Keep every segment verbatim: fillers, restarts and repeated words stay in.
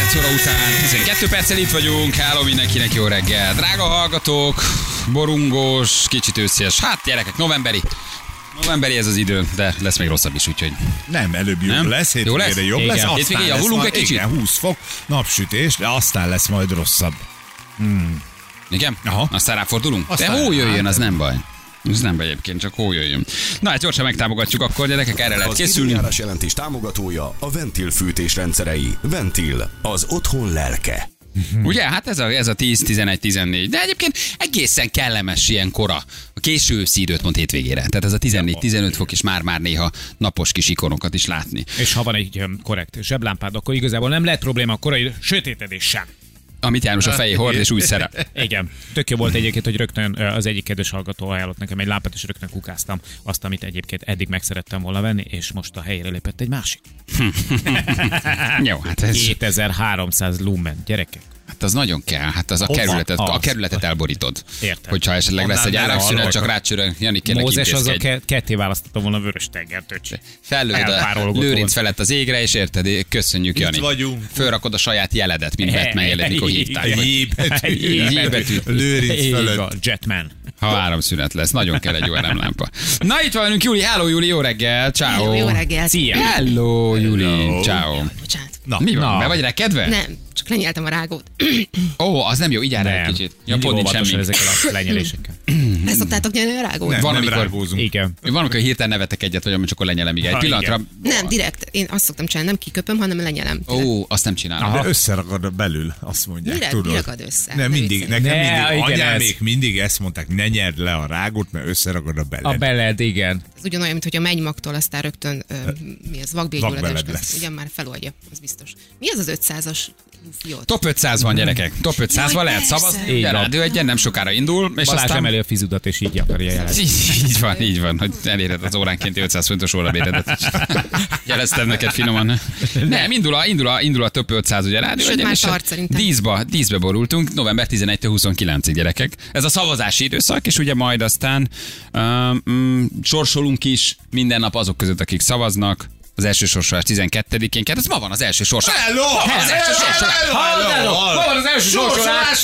nyolc óra után, tizenkét perccel itt vagyunk. Hello mindenkinek, jó reggel. Drága hallgatók, borongós, kicsit őszies. Hát gyerekek, novemberi. Novemberi ez az idő, de lesz még rosszabb is, úgyhogy... Nem, előbb jobb Nem? lesz, Jó lesz? hétvégére jobb Igen. lesz, aztán Hétvégén lesz javulunk majd, egy kicsit? igen, húsz fok, napsütés, de aztán lesz majd rosszabb. Hmm. Igen? Aha. Aztán ráfordulunk? Aztán De hó jöjjön, hát, az nem baj. Ez nem baj egyébként, csak hó jöjjön. Na hát gyorsan megtámogatjuk akkor, gyerekek, erre lehet Az készülni. időjárás jelentés támogatója a Ventil fűtésrendszerei. Ventil, az otthon lelke. Ugye? Hát ez a, ez a tíz, tizenegy, tizennégy. De egyébként egészen kellemes ilyen kora. A késő őszi időt mond hétvégére. Tehát ez a tizennégy, tizenöt fok, és már-már néha napos kis ikonokat is látni. És ha van egy öm, korrekt zseblámpád, akkor igazából nem lehet probléma a korai sötétedés sem. Amit János a fejé hord, és úgy szerel. Igen. Tök jó volt egyébként, hogy rögtön az egyik kedves hallgató ajánlott nekem egy lámpát, és rögtön kukáztam azt, amit egyébként eddig meg szerettem volna venni, és most a helyére lépett egy másik. Jó, hát ez... kétezer-háromszáz lumen, gyerekek. Hát az nagyon kell, hát az a Hova? kerületet, a Az. kerületet elborítod. Értem. Hogyha esetleg lesz egy Annál áramszünet, bele csak arra. rácsörög, Jani kérlek Mózes azok intézkedj. ke- ketté választottam volna a vörös tengert, öcsi. Fellövöd a Elpárologott Lőrinc volt. felett az égre, és érted, köszönjük, Jani. Itt vagyunk. Fölrakod a saját jeledet, mint Batman jelet, mikor hívták. vagy- J betű. J betű. Lőrinc Így fölött. van, Jetman. Ha áramszünet lesz, nagyon kell egy jó elemlámpa. Na itt vagyunk, Júli, hello Júli, jó reggel, ciao. Jó reggel. Szia. Hello Júli, ciao. Bocsánat. Na, Mi van, Na. be vagy rekedve? Nem, csak lenyeltem a rágót. Ó, az nem jó, így áll el egy Nem. kicsit. Ja, Mindig pont nincs óvatosan semmi. ezekkel a lenyelésekkel. Ezt szoktátok nyelni a rágót? nem, Van, nem amikor- rágózunk. Igen. Van, amikor hirtelen nevetek egyet, vagy amikor lenyelem, igen. Egy Ha, pillanatra... Nem, direkt. Én azt szoktam csinálni, nem kiköpöm, hanem lenyelem. Ó, azt nem csinálom. De összeragad belül, azt mondják, Mire- tudod. mi ragad össze? Nem, Ne mindig, viccelj. nekem Ne, mindig, igen, anyámék ez. mindig ezt mondták, ne nyerd le a rágót, mert összeragad a beled. A beled, igen. Ez ugyanolyan, mint hogy a mennymagtól aztán rögtön ö, mi ez, vakbélygyulladást Vakbeled lesz. lesz. Ugyan már feloldja, az biztos. Mi az az ötszázas fiót? Top ötszáz van, gyerekek. Top ötszázban Jaj, lehet persze. szavazni. Így Ugye, van. rádió egyen nem sokára indul, és Balázs aztán... emeli a fizudat, és így akarja jelezni. Így, így van, így van, hogy eléred az óránkénti ötszáz fontos órabéredet. Jeleztem neked finoman. Nem, indul a, indul a, indul a top ötszáz, ugye rádió Sőt, egyen, már és tart szerintem. díszba, díszbe borultunk, november tizenegyedikétől huszonkilencedikéig, gyerekek. Ez a szavazási időszak, és ugye majd aztán um, um, sorsolunk is minden nap azok között, akik szavaznak. Az első sorsolás tizenkettedikén. Hát ez ma van az első sorsolás. Hello! Ma van az első sorsolás. Hello! Ma van az első sorsolás.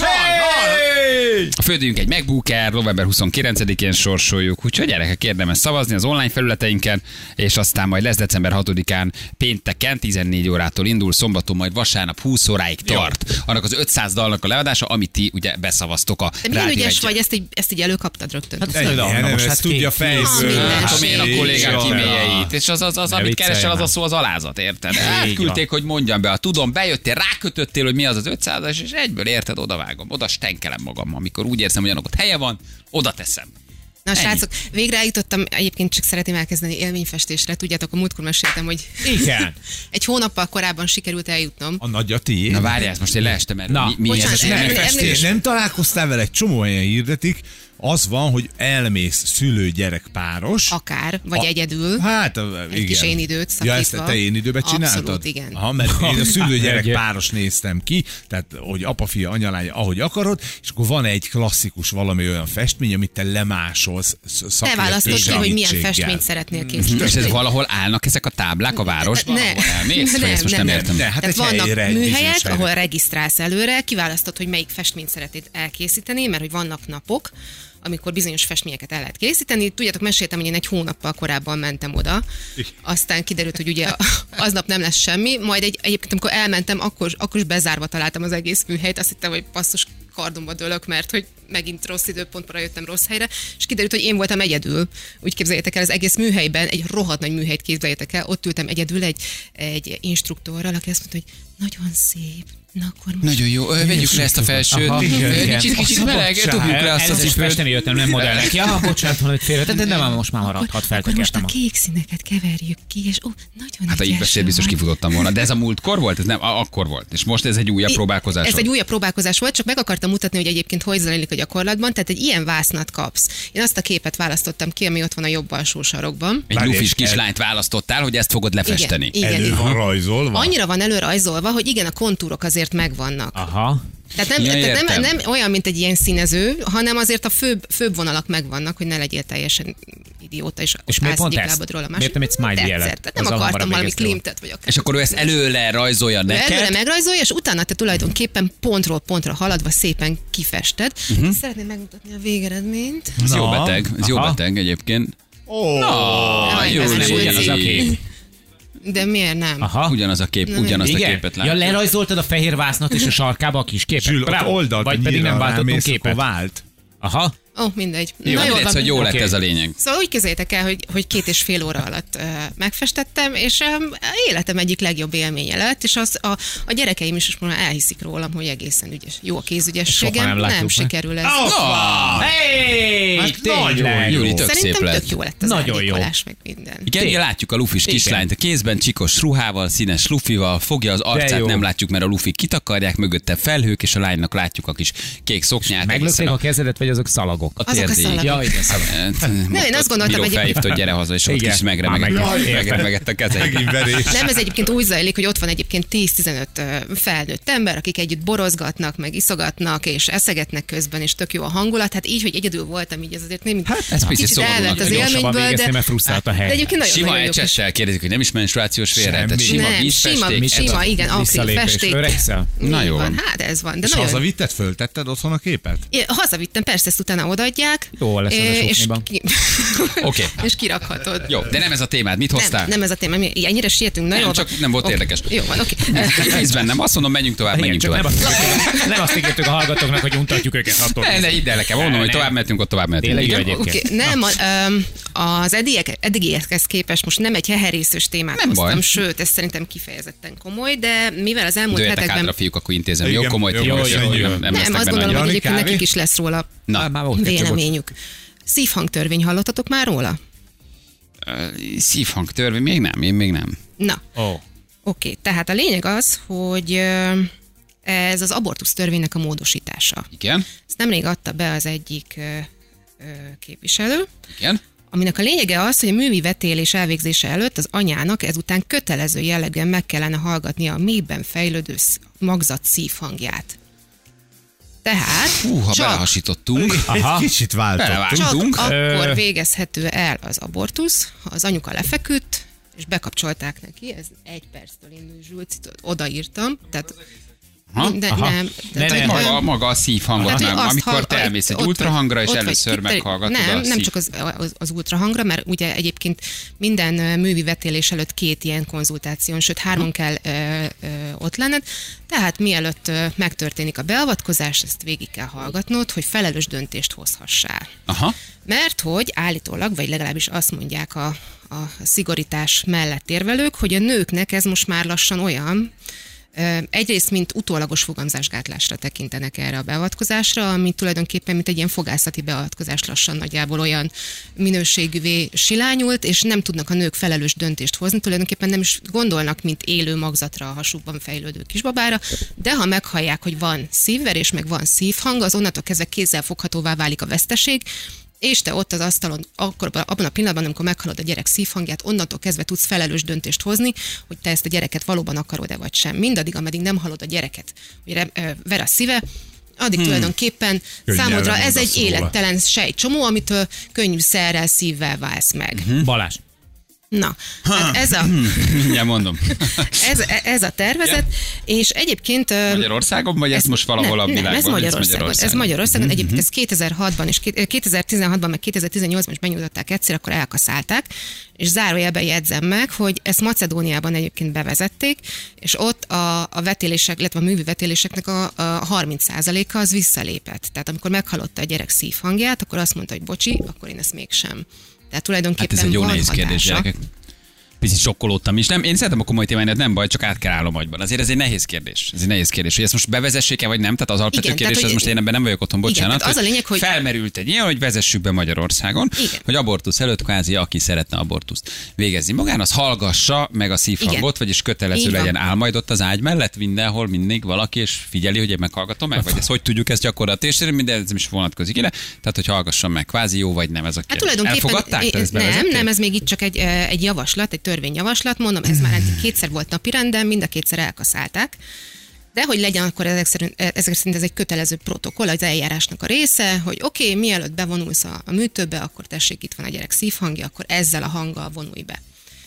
Hey! A fődőjünk egy MacBooker, november huszonkilencedikén sorsoljuk, úgyhogy gyerekek érdemes szavazni az online felületeinken, és aztán majd lesz december hatodikán pénteken tizennégy órától indul, szombaton majd vasárnap húsz óráig tart. Annak az ötszáz dalnak a leadása, amit ti ugye beszavaztok a De milyen Rádió ügyes egyen. vagy, ezt így, ezt így előkaptad rögtön. Hát Ennyi, Na, nem, most ezt hát tudja ki- fejből. minden Hát, Tudom én a kollégám És- kíméljeit, és az, az, az Ne amit viccelj keresel, az a már. szó az alázat, érted? Elküldték, hogy mondjam be, a tudom, bejöttél, rákötöttél, hogy mi az az ötszázas, és egyből érted, odavágom, oda stenkelem magam, amikor úgy érzem, hogy annak ott helye van, oda teszem. Na Ennyi. srácok, végre eljutottam, egyébként csak szeretném elkezdeni élményfestésre. Tudjátok, a múltkor meséltem, hogy Igen. egy hónappal korábban sikerült eljutnom. A nagy a tiéd. Na várjál, ezt most én leestem erről. Na, mi, mi ez bocsánat, az nem, élményfestés? nem, nem, Nem találkoztál vele, egy csomó helyen hirdetik, az van, hogy elmész szülő-gyerek páros. Akár, vagy A- egyedül. Hát, a- Egy igen. kis én időt Ja, ezt szakítva. te én időben csináltad? Abszolút, igen. Aha, mert én a szülő-gyerek Egy- páros néztem ki, tehát hogy apa, fia, anyalánya, ahogy akarod, és akkor van egy klasszikus valami olyan festmény, amit te lemásolsz Te szakértő választod ki, hogy milyen segítséggel. festményt szeretnél készíteni. És ez valahol állnak ezek a táblák a városban, Ne. ahol elmész? Vagy ezt most nem, Nem, értem. nem. Hát Tehát egy vannak helyre, egy bizonyos műhelyek, helyre. ahol regisztrálsz előre, kiválasztod, hogy melyik festményt szeretnéd elkészíteni, mert hogy vannak napok, amikor bizonyos festményeket el lehet készíteni. Tudjátok, meséltem, hogy én egy hónappal korábban mentem oda. Aztán kiderült, hogy ugye aznap nem lesz semmi. Majd egy, egyébként, amikor elmentem, akkor, akkor is bezárva találtam az egész műhelyt. Azt hittem, hogy passzus kardomba dőlök, mert hogy megint rossz időpontra jöttem rossz helyre, és kiderült, hogy én voltam egyedül. Úgy képzeljétek el, az egész műhelyben, egy rohadt nagy műhelyt képzeljétek el, ott ültem egyedül egy, egy instruktorral, aki azt mondta, hogy nagyon szép. Na akkor most... Nagyon jó, Ö, vegyük le ezt a felsőt. Aha. Ö, Igen. Kicsit, kicsit meleg, dobjuk le azt a Először is cipőt. festeni jöttem, nem modellnek. Ja, bocsánat, valamit félre, de nem, most már maradhat, Akkor most a feltekertem. kék színeket keverjük ki, és ó, nagyon Hát ha így ügyes beszél, biztos vagy. kifutottam volna. De ez a múltkor volt? Ez nem, a- akkor volt. És most ez egy újabb próbálkozás Ez volt. egy újabb próbálkozás volt, csak meg akartam mutatni, hogy egyébként hogy zajlik a gyakorlatban. Tehát egy ilyen vásznat kapsz. Én azt a képet választottam ki, ami ott van a jobb alsó sarokban. Egy Várj, lufis el- kislányt választottál, hogy ezt fogod lefesteni. Igen, Elő igen. van rajzolva. Annyira van előrajzolva, hogy igen, a kontúrok azért megvannak. Aha. Tehát, nem, Ja, tehát értem. nem, nem olyan, mint egy ilyen színező, hanem azért a főbb, főbb vonalak megvannak, hogy ne legyél teljesen idióta. idióta, és, És ott miért állsz pont egyik ezt? lábadról a Miért másik. nem egy smiley Tetszett. jelet? Tehát nem Azzal akartam hamarabb valami végeztél. Klimtet, vagy akár. És akkor ő ezt előle rajzolja Előre neked. megrajzolja, és utána te tulajdonképpen pontról pontra haladva szépen kifested. Uh-huh. Szeretném megmutatni a végeredményt. Ez jó Na, beteg, ez jó aha. beteg egyébként. Ó, Ah, Jaj, jó, ez nem ugyanaz a kép. De miért nem? Aha. Ugyanaz a kép, ugyanazt a Igen? képet Ja, látjuk. lerajzoltad a fehér vásznat és a sarkába a kis képet. Zsül, ott Bravo. oldalt, Vagy pedig nem váltottunk képet. vált. Aha. Ó, oh, mindegy. Jó, Na, mindegy, van. hogy jó lett Oké. ez a lényeg. Szóval úgy képzeljétek el, hogy, hogy két és fél óra alatt uh, megfestettem, és um, életem egyik legjobb élménye lett, és az, a, a gyerekeim is most már elhiszik rólam, hogy egészen ügyes. Jó a kézügyességem, Soha nem nem, látjuk nem meg. sikerül ez. Ah, Hey, Hát nagyon tényleg. jó. Júli, tök szép Szerintem lett. tök jó lett az Nagyon jó. árnyékolás, meg minden. Igen, Tény. látjuk a lufis Igen. kislányt a kézben, csikos ruhával, színes lufival, fogja az arcát, jó. nem látjuk, mert a lufik kitakarják, mögötte felhők, és a lánynak látjuk a kis kék szoknyát. Meglökték egészen a kezedet, vagy azok szalagok? a Azok a térdéig. szalagok. Ja, igen, szalagok. Nem, én azt gondoltam, hogy egyébként- felhívta, hogy gyere haza, és ott Igen. kis megremegett, Á, meg- megremegett a kezeit. Megint verés. Nem, ez egyébként úgy zajlik, hogy ott van egyébként tíz-tizenöt ö, felnőtt ember, akik együtt borozgatnak, meg iszogatnak, és eszegetnek közben, és tök jó a hangulat. Hát így, hogy egyedül voltam, így ez azért nem Hát, ez picit kicsit szomorúnak elvett az tűnik. Gyorsabban élményből, végezni, de, mert frusztrált a de hely. egyébként nagyon, Sima nagyon jó kis- ecsettel kérdezik, hogy nem is menstruációs vérre, Semmi. tehát sima Nem, sima, vízfesték. sima, ez a- igen, Visszalépés. akrilfesték. Öregszel? Na Így jó van, van. hát ez van. De És nagyon... hazavitted, föltetted otthon a képet? Én hazavittem, persze ezt utána odaadják. Jó lesz ez a és, sokniban. ki... Oké. és kirakhatod. Jó, de nem ez a témád, mit hoztál? Nem, nem ez a téma. Mi ennyire sietünk, na Nem, jó. csak van. nem volt Oké. érdekes. Jó van, oké. Hisz bennem, azt mondom, menjünk tovább, Igen, menjünk csak nem tovább. azt, ígértük, nem azt ígértük a hallgatóknak, hogy untatjuk őket attól. Ne, ne, hidd el nekem, mondom, hogy Nem. tovább mehetünk, ott tovább mehetünk. Tényleg Igen. jó egyébként. Oké, nem, a, öm, az eddigiek, eddigiekhez képest most nem egy heherészős témát Nem hoztam, baj. sőt, ez szerintem kifejezetten komoly, de mivel az elmúlt Dőljetek hetekben... hátra, fiúk, akkor intézem. Jó, Igen, komoly jó, téma. jó, Jó, jó, jó, jó. nem Nem, lesznek azt benne gondolom, nagy- hogy Jani, egyébként kávé? nekik is lesz róla Na, Már, már volt kettő, bocs. véleményük. Szívhangtörvény, hallottatok már róla? Ö, Szívhang törvény, még nem, én még nem. Na, Ó. oké, tehát a lényeg az, hogy ö, ez az abortusz törvénynek a módosítása. Igen, Ezt nemrég adta be az egyik ö, ö, képviselő, igen. aminek a lényege az, hogy a művi vetélés elvégzése előtt az anyának ezután kötelező jellegűen meg kellene hallgatnia a mélyben fejlődő sz- magzat szívhangját. Tehát Hú, ha csak, belehasítottunk. Aha. Egy kicsit váltott. Belevágtunk. csak Tudunk? akkor Ö. végezhető el az abortusz, ha az anyuka lefeküdt, és bekapcsolták neki, ez egy perctől indul, Zsulcit, odaírtam, tehát Ha? de Aha. nem. Ne, tehát, ne, hogy- Maga, maga a szívhangot, Hát, hogy nem. azt Amikor hall- te elmész egy ott vagy- ultrahangra, és ott vagy először kiter- meghallgatod Nem, a nem szív... csak az, az, az ultrahangra, mert ugye egyébként minden ö, művivetélés előtt két ilyen konzultáción, sőt hárman kell ö, ö, ott lenned, tehát mielőtt ö, megtörténik a beavatkozás, ezt végig kell hallgatnod, hogy felelős döntést hozhassál. Aha. Mert hogy állítólag, vagy legalábbis azt mondják a, a szigorítás mellett érvelők, hogy a nőknek ez most már lassan olyan, ö, egyrészt, mint utólagos fogamzásgátlásra tekintenek erre a beavatkozásra, ami tulajdonképpen, mint egy ilyen fogászati beavatkozás lassan nagyjából olyan minőségűvé silányult, és nem tudnak a nők felelős döntést hozni, tulajdonképpen nem is gondolnak, mint élő magzatra a hasukban fejlődő kisbabára, de ha meghallják, hogy van szívverés, meg van szívhang, az onnantól kezdve kézzelfoghatóvá válik a veszteség, és te ott az asztalon, akkor abban a pillanatban, amikor meghallod a gyerek szívhangját, onnantól kezdve tudsz felelős döntést hozni, hogy te ezt a gyereket valóban akarod-e vagy sem. Mindaddig, ameddig nem hallod a gyereket, hogy re- ö, ver a szíve, addig hmm. tulajdonképpen Könnyelven számodra ez egy mondasz róla. élettelen sejtcsomó, amitől könnyű szerrel, szívvel válsz meg. Balázs. Na, hát ez a, Mindjárt mondom. ez, ez a tervezet, és egyébként... ö, Magyarországon, vagy ez most valahol a nem, világban? Nem, ez Magyarországon. Ez Magyarországon. Egyébként ez kétezer-hatban és kétezer-tizenhatban, meg kétezer-tizennyolcban is benyújtották egyszer, akkor elkaszálták, és zárójelben jegyzem meg, hogy ezt Macedóniában egyébként bevezették, és ott a, a vetélések, illetve a művi vetéléseknek a, a harminc százaléka az visszalépett. Tehát amikor meghallotta a gyerek szívhangját, akkor azt mondta, hogy bocsi, akkor én ezt mégsem. Tehát tulajdonképpen Hát ez egy jó van nehéz kérdés, hatása. gyerekek. Picit sokkolódtam is. Nem, én szeretem a komoly témáidat, nem baj, csak át kell állnom agyban. Azért ez egy nehéz kérdés. Ez egy nehéz kérdés, hogy ezt most bevezessék-e, vagy nem. Tehát az alapvető Igen, kérdés, tehát, ez hogy- most én ebben nem vagyok otthon, Igen, bocsánat. tehát az a lényeg, hogy- felmerült egy ilyen, hogy vezessük be Magyarországon, Igen. hogy abortusz előtt kvázi, aki szeretne abortuszt végezni magán, az hallgassa meg a szívhangot, Igen. vagyis kötelező Így van. legyen, áll majd ott az ágy mellett mindenhol mindig valaki, és figyeli, hogy én meghallgatom meg, vagy ezt hogy tudjuk ezt gyakorlatilag, és minden ez is vonatkozik ide. Tehát, hogy hallgassam meg, kvázi jó vagy nem ez a Hát kérdés. Elfogadták? é- Te ezt nem, bevezették? nem, ez még itt csak egy, eh, egy javaslat, egy törvényjavaslat, mondom, ez már eddig kétszer volt napirenden, mind a kétszer elkaszálták. De hogy legyen akkor ezek szerint, ezek szerint ez egy kötelező protokoll, az eljárásnak a része, hogy oké, okay, mielőtt bevonulsz a, a műtőbe, akkor tessék, itt van a gyerek szívhangja, akkor ezzel a hanggal vonulj be.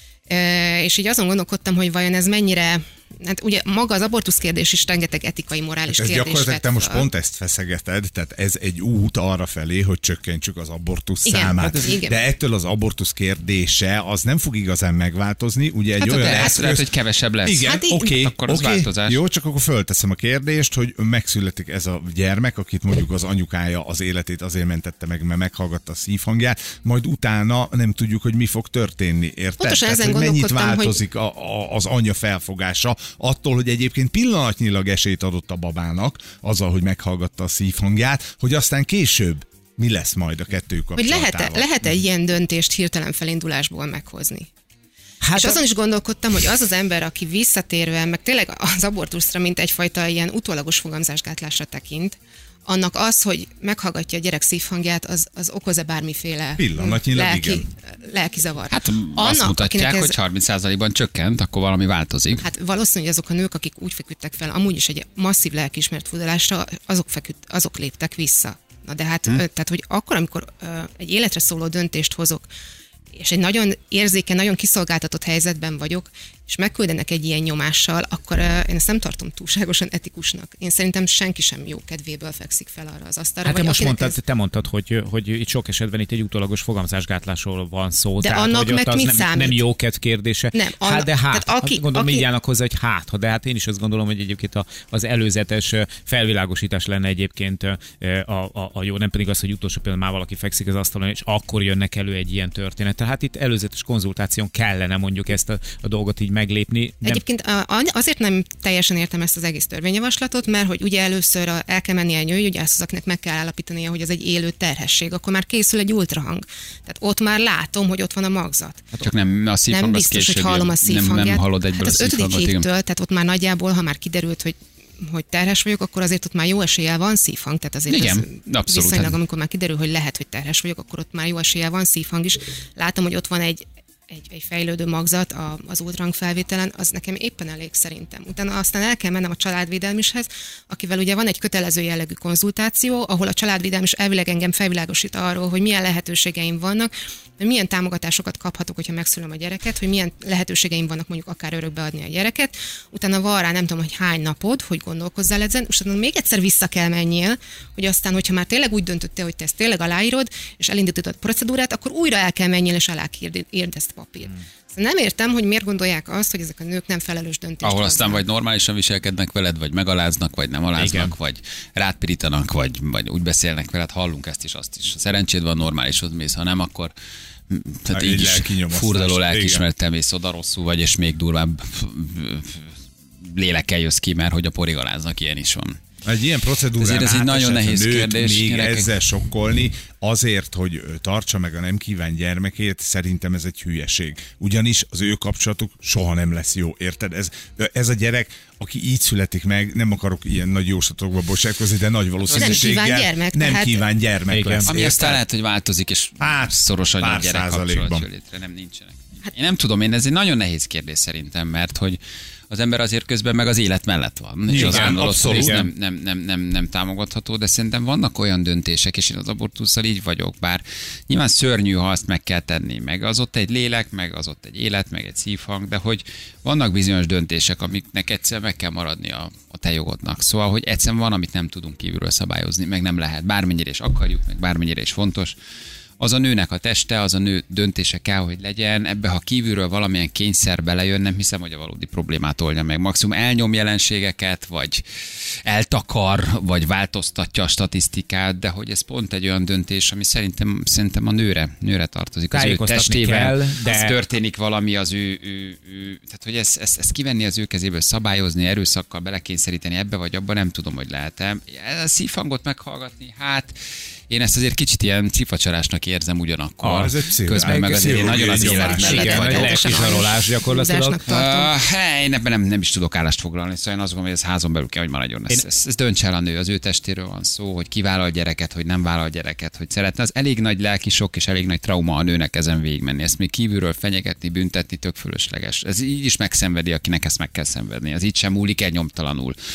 E, és így azon gondolkodtam, hogy vajon ez mennyire, hát ugye maga az abortusz kérdés is rengeteg etikai, morális hát ez kérdés gyakorlatilag te vet most fel. pont ezt feszegeted, tehát ez egy út arra felé, hogy csökkentsük az abortusz Igen, számát. hát ez igen. De ettől az abortusz kérdése az nem fog igazán megváltozni. Ugye egy Hát olyan de ez eszköz... lehet, hogy kevesebb lesz. Igen, Hát így- oké, okay, Akkor az okay, változás. jó, csak akkor fölteszem a kérdést, hogy megszületik ez a gyermek, akit mondjuk az anyukája az életét azért mentette meg, mert meghallgatta a szívhangját, majd utána nem tudjuk, hogy mi fog történni, érted? Pontosan Tehát, ezen hogy mennyit gondolkodtam, változik a, a, az anya felfogása attól, hogy egyébként pillanatnyilag esélyt adott a babának, azzal, hogy meghallgatta a szívhangját, hogy aztán később mi lesz majd a kettőjük Hogy kapcsolatával. lehet-e, lehet-e ilyen döntést hirtelen felindulásból meghozni? Hát És azon is gondolkodtam, hogy az az ember, aki visszatérve, meg tényleg az abortuszra, mint egyfajta ilyen utólagos fogamzásgátlásra tekint, annak az, hogy meghallgatja a gyerek szívhangját, az, az okoz-e bármiféle Pillanatnyilag lelki, igen. lelki zavar. Hát azt mutatják, ez, hogy harminc százalékban csökkent, akkor valami változik. Hát valószínű, hogy azok a nők, akik úgy feküdtek fel, amúgy is egy masszív lelkiismeret furdalásra, azok, feküdt, azok léptek vissza. Na de hát, hm. tehát, hogy akkor, amikor uh, egy életre szóló döntést hozok, és egy nagyon érzékeny, nagyon kiszolgáltatott helyzetben vagyok, és megküldenek egy ilyen nyomással, akkor uh, én ezt nem tartom túlságosan etikusnak. Én szerintem senki sem jó kedvéből fekszik fel arra az asztalra. Hát te vagy most akinek mondtad, te mondtad, hogy, hogy itt sok esetben itt egy utólagos fogamzásgátlásról van szó. De tehát, annak hogy ott meg az mit nem, számít? nem jó kedv kérdése. Nem, hát annak- de hát, tehát aki- hát gondolom, aki- így állnak hozzá, hogy hát, ha, de hát én is azt gondolom, hogy egyébként a, az előzetes felvilágosítás lenne egyébként a, a, a jó, nem pedig az, hogy utolsó pillanatban már valaki fekszik az asztalon, és akkor jönnek elő egy ilyen történet. Tehát itt előzetes konzultáción kellene mondjuk ezt a, a dolgot így meglépni. Nem. Egyébként a- azért nem teljesen értem ezt az egész törvényjavaslatot, mert hogy ugye először a- el kell mennie a nőgyógyászhoz, akinek meg kell állapítania, hogy ez egy élő terhesség, akkor már készül egy ultrahang. Tehát ott már látom, hogy ott van a magzat. Csak nem a szívhang, Nem az biztos, hogy később hallom a jön. szívhangját. Nem, nem hallod egyből hát az a ötödik szívhangot, igen. évtől, tehát ott már nagyjából, ha már kiderült, hogy hogy terhes vagyok, akkor azért ott már jó eséllyel van szívhang. Tehát azért Igen, ez abszolút. viszonylag, amikor már kiderül, hogy lehet, hogy terhes vagyok, akkor ott már jó eséllyel van szívhang is. Látom, hogy ott van egy egy, egy fejlődő magzat a, az ultrahang felvételen, az nekem éppen elég szerintem. Utána aztán el kell mennem a családvédelmishez, akivel ugye van egy kötelező jellegű konzultáció, ahol a családvédelmis elvileg engem felvilágosít arról, hogy milyen lehetőségeim vannak, hogy milyen támogatásokat kaphatok, hogyha megszülöm a gyereket, hogy milyen lehetőségeim vannak mondjuk akár örökbe adni a gyereket. Utána van rá nem tudom, hogy hány napod, hogy gondolkozzál ezen, és utána még egyszer vissza kell menjél, hogy aztán, hogyha már tényleg úgy döntöttél, hogy te ezt tényleg aláírod, és elindítod a procedúrát, akkor újra el kell menjél, és aláírd ezt a papírt. Hmm. Szóval nem értem, hogy miért gondolják azt, hogy ezek a nők nem felelős döntést Ahol hoznak. aztán vagy normálisan viselkednek veled, vagy megaláznak, vagy nem aláznak, Igen. vagy rátpirítanak, vagy, vagy úgy beszélnek veled, hallunk ezt is, azt is. Szerencséd van, normálishoz mész, ha nem, akkor tehát Egy így is lelkinyomasztás. furdaló Igen. lelkiismerettel mész, oda rosszul vagy, és még durvább lélekkel jössz ki, mert hogy a porig aláznak, ilyen is van. Egy ilyen procedúrán Ezért ez egy nagyon átesett nehéz nőt kérdés, még gyerekek. ezzel sokkolni, azért, hogy tartsa meg a nem kívánt gyermekét, szerintem ez egy hülyeség. Ugyanis az ő kapcsolatuk soha nem lesz jó, érted? Ez, ez a gyerek, aki így születik meg, nem akarok ilyen nagy jóslatokba bocsátkozni, de nagy valószínűséggel kíván gyermek, nem tehát- kíván gyermek Igen. lesz. Ami érted? aztán lehet, hogy változik, és Hát, szoros pár anya-gyerek kapcsolat százalékban. jön létre, nem nincsenek. Én nem tudom, én ez egy nagyon nehéz kérdés szerintem, mert hogy az ember azért közben meg az élet mellett van. És Igen, azt gondolod, hogy ez abszolút. nem, nem, nem, nem, nem támogatható, de szerintem vannak olyan döntések, és én az abortusszal így vagyok, bár nyilván szörnyű, ha azt meg kell tenni, meg az ott egy lélek, meg az ott egy élet, meg egy szívhang, de hogy vannak bizonyos döntések, amiknek egyszer meg kell maradni a, a te jogodnak. Szóval, hogy egyszerűen van, amit nem tudunk kívülről szabályozni, meg nem lehet, bármennyire is akarjuk, meg bármennyire is fontos. Az a nőnek a teste, az a nő döntése kell, hogy legyen. Ebbe, ha kívülről valamilyen kényszer belejön, nem hiszem, hogy a valódi problémát oldja meg. Maximum elnyom jelenségeket, vagy eltakar, vagy változtatja a statisztikát, de hogy ez pont egy olyan döntés, ami szerintem, szerintem a nőre, nőre tartozik. Az ő Tájékoztatni testével, kell, de- ez történik valami az ő, ő, ő tehát hogy ezt, ezt, ezt kivenni az ő kezéből, szabályozni, erőszakkal belekényszeríteni ebbe, vagy abba, nem tudom, hogy lehet-e. A szívhangot meghallgatni, hát én ezt azért kicsit ilyen cifacsarásnak érzem ugyanakkor. Ah, ez egy pszicho- Közben meg azért én nagyon az élet nyomás. mellett Igen, vagyok. lelki zsarolás gyakorlatilag. Húzásnak tartom. Uh, hey, én ebben nem, nem is tudok állást foglalni, szóval én azt gondolom, hogy ez házon belül kell, hogy maradjon. Ez, ez, ez döntse el a nő, az ő testéről van szó, hogy ki vállal gyereket, hogy nem vállal gyereket, hogy szeretne. Az elég nagy lelki sok és elég nagy trauma a nőnek ezen végigmenni. Ezt még kívülről fenyegetni, büntetni tök fölösleges. Ez így is megszenvedi, akinek ezt meg kell szenvedni. Az így sem múlik el nyomtalanul.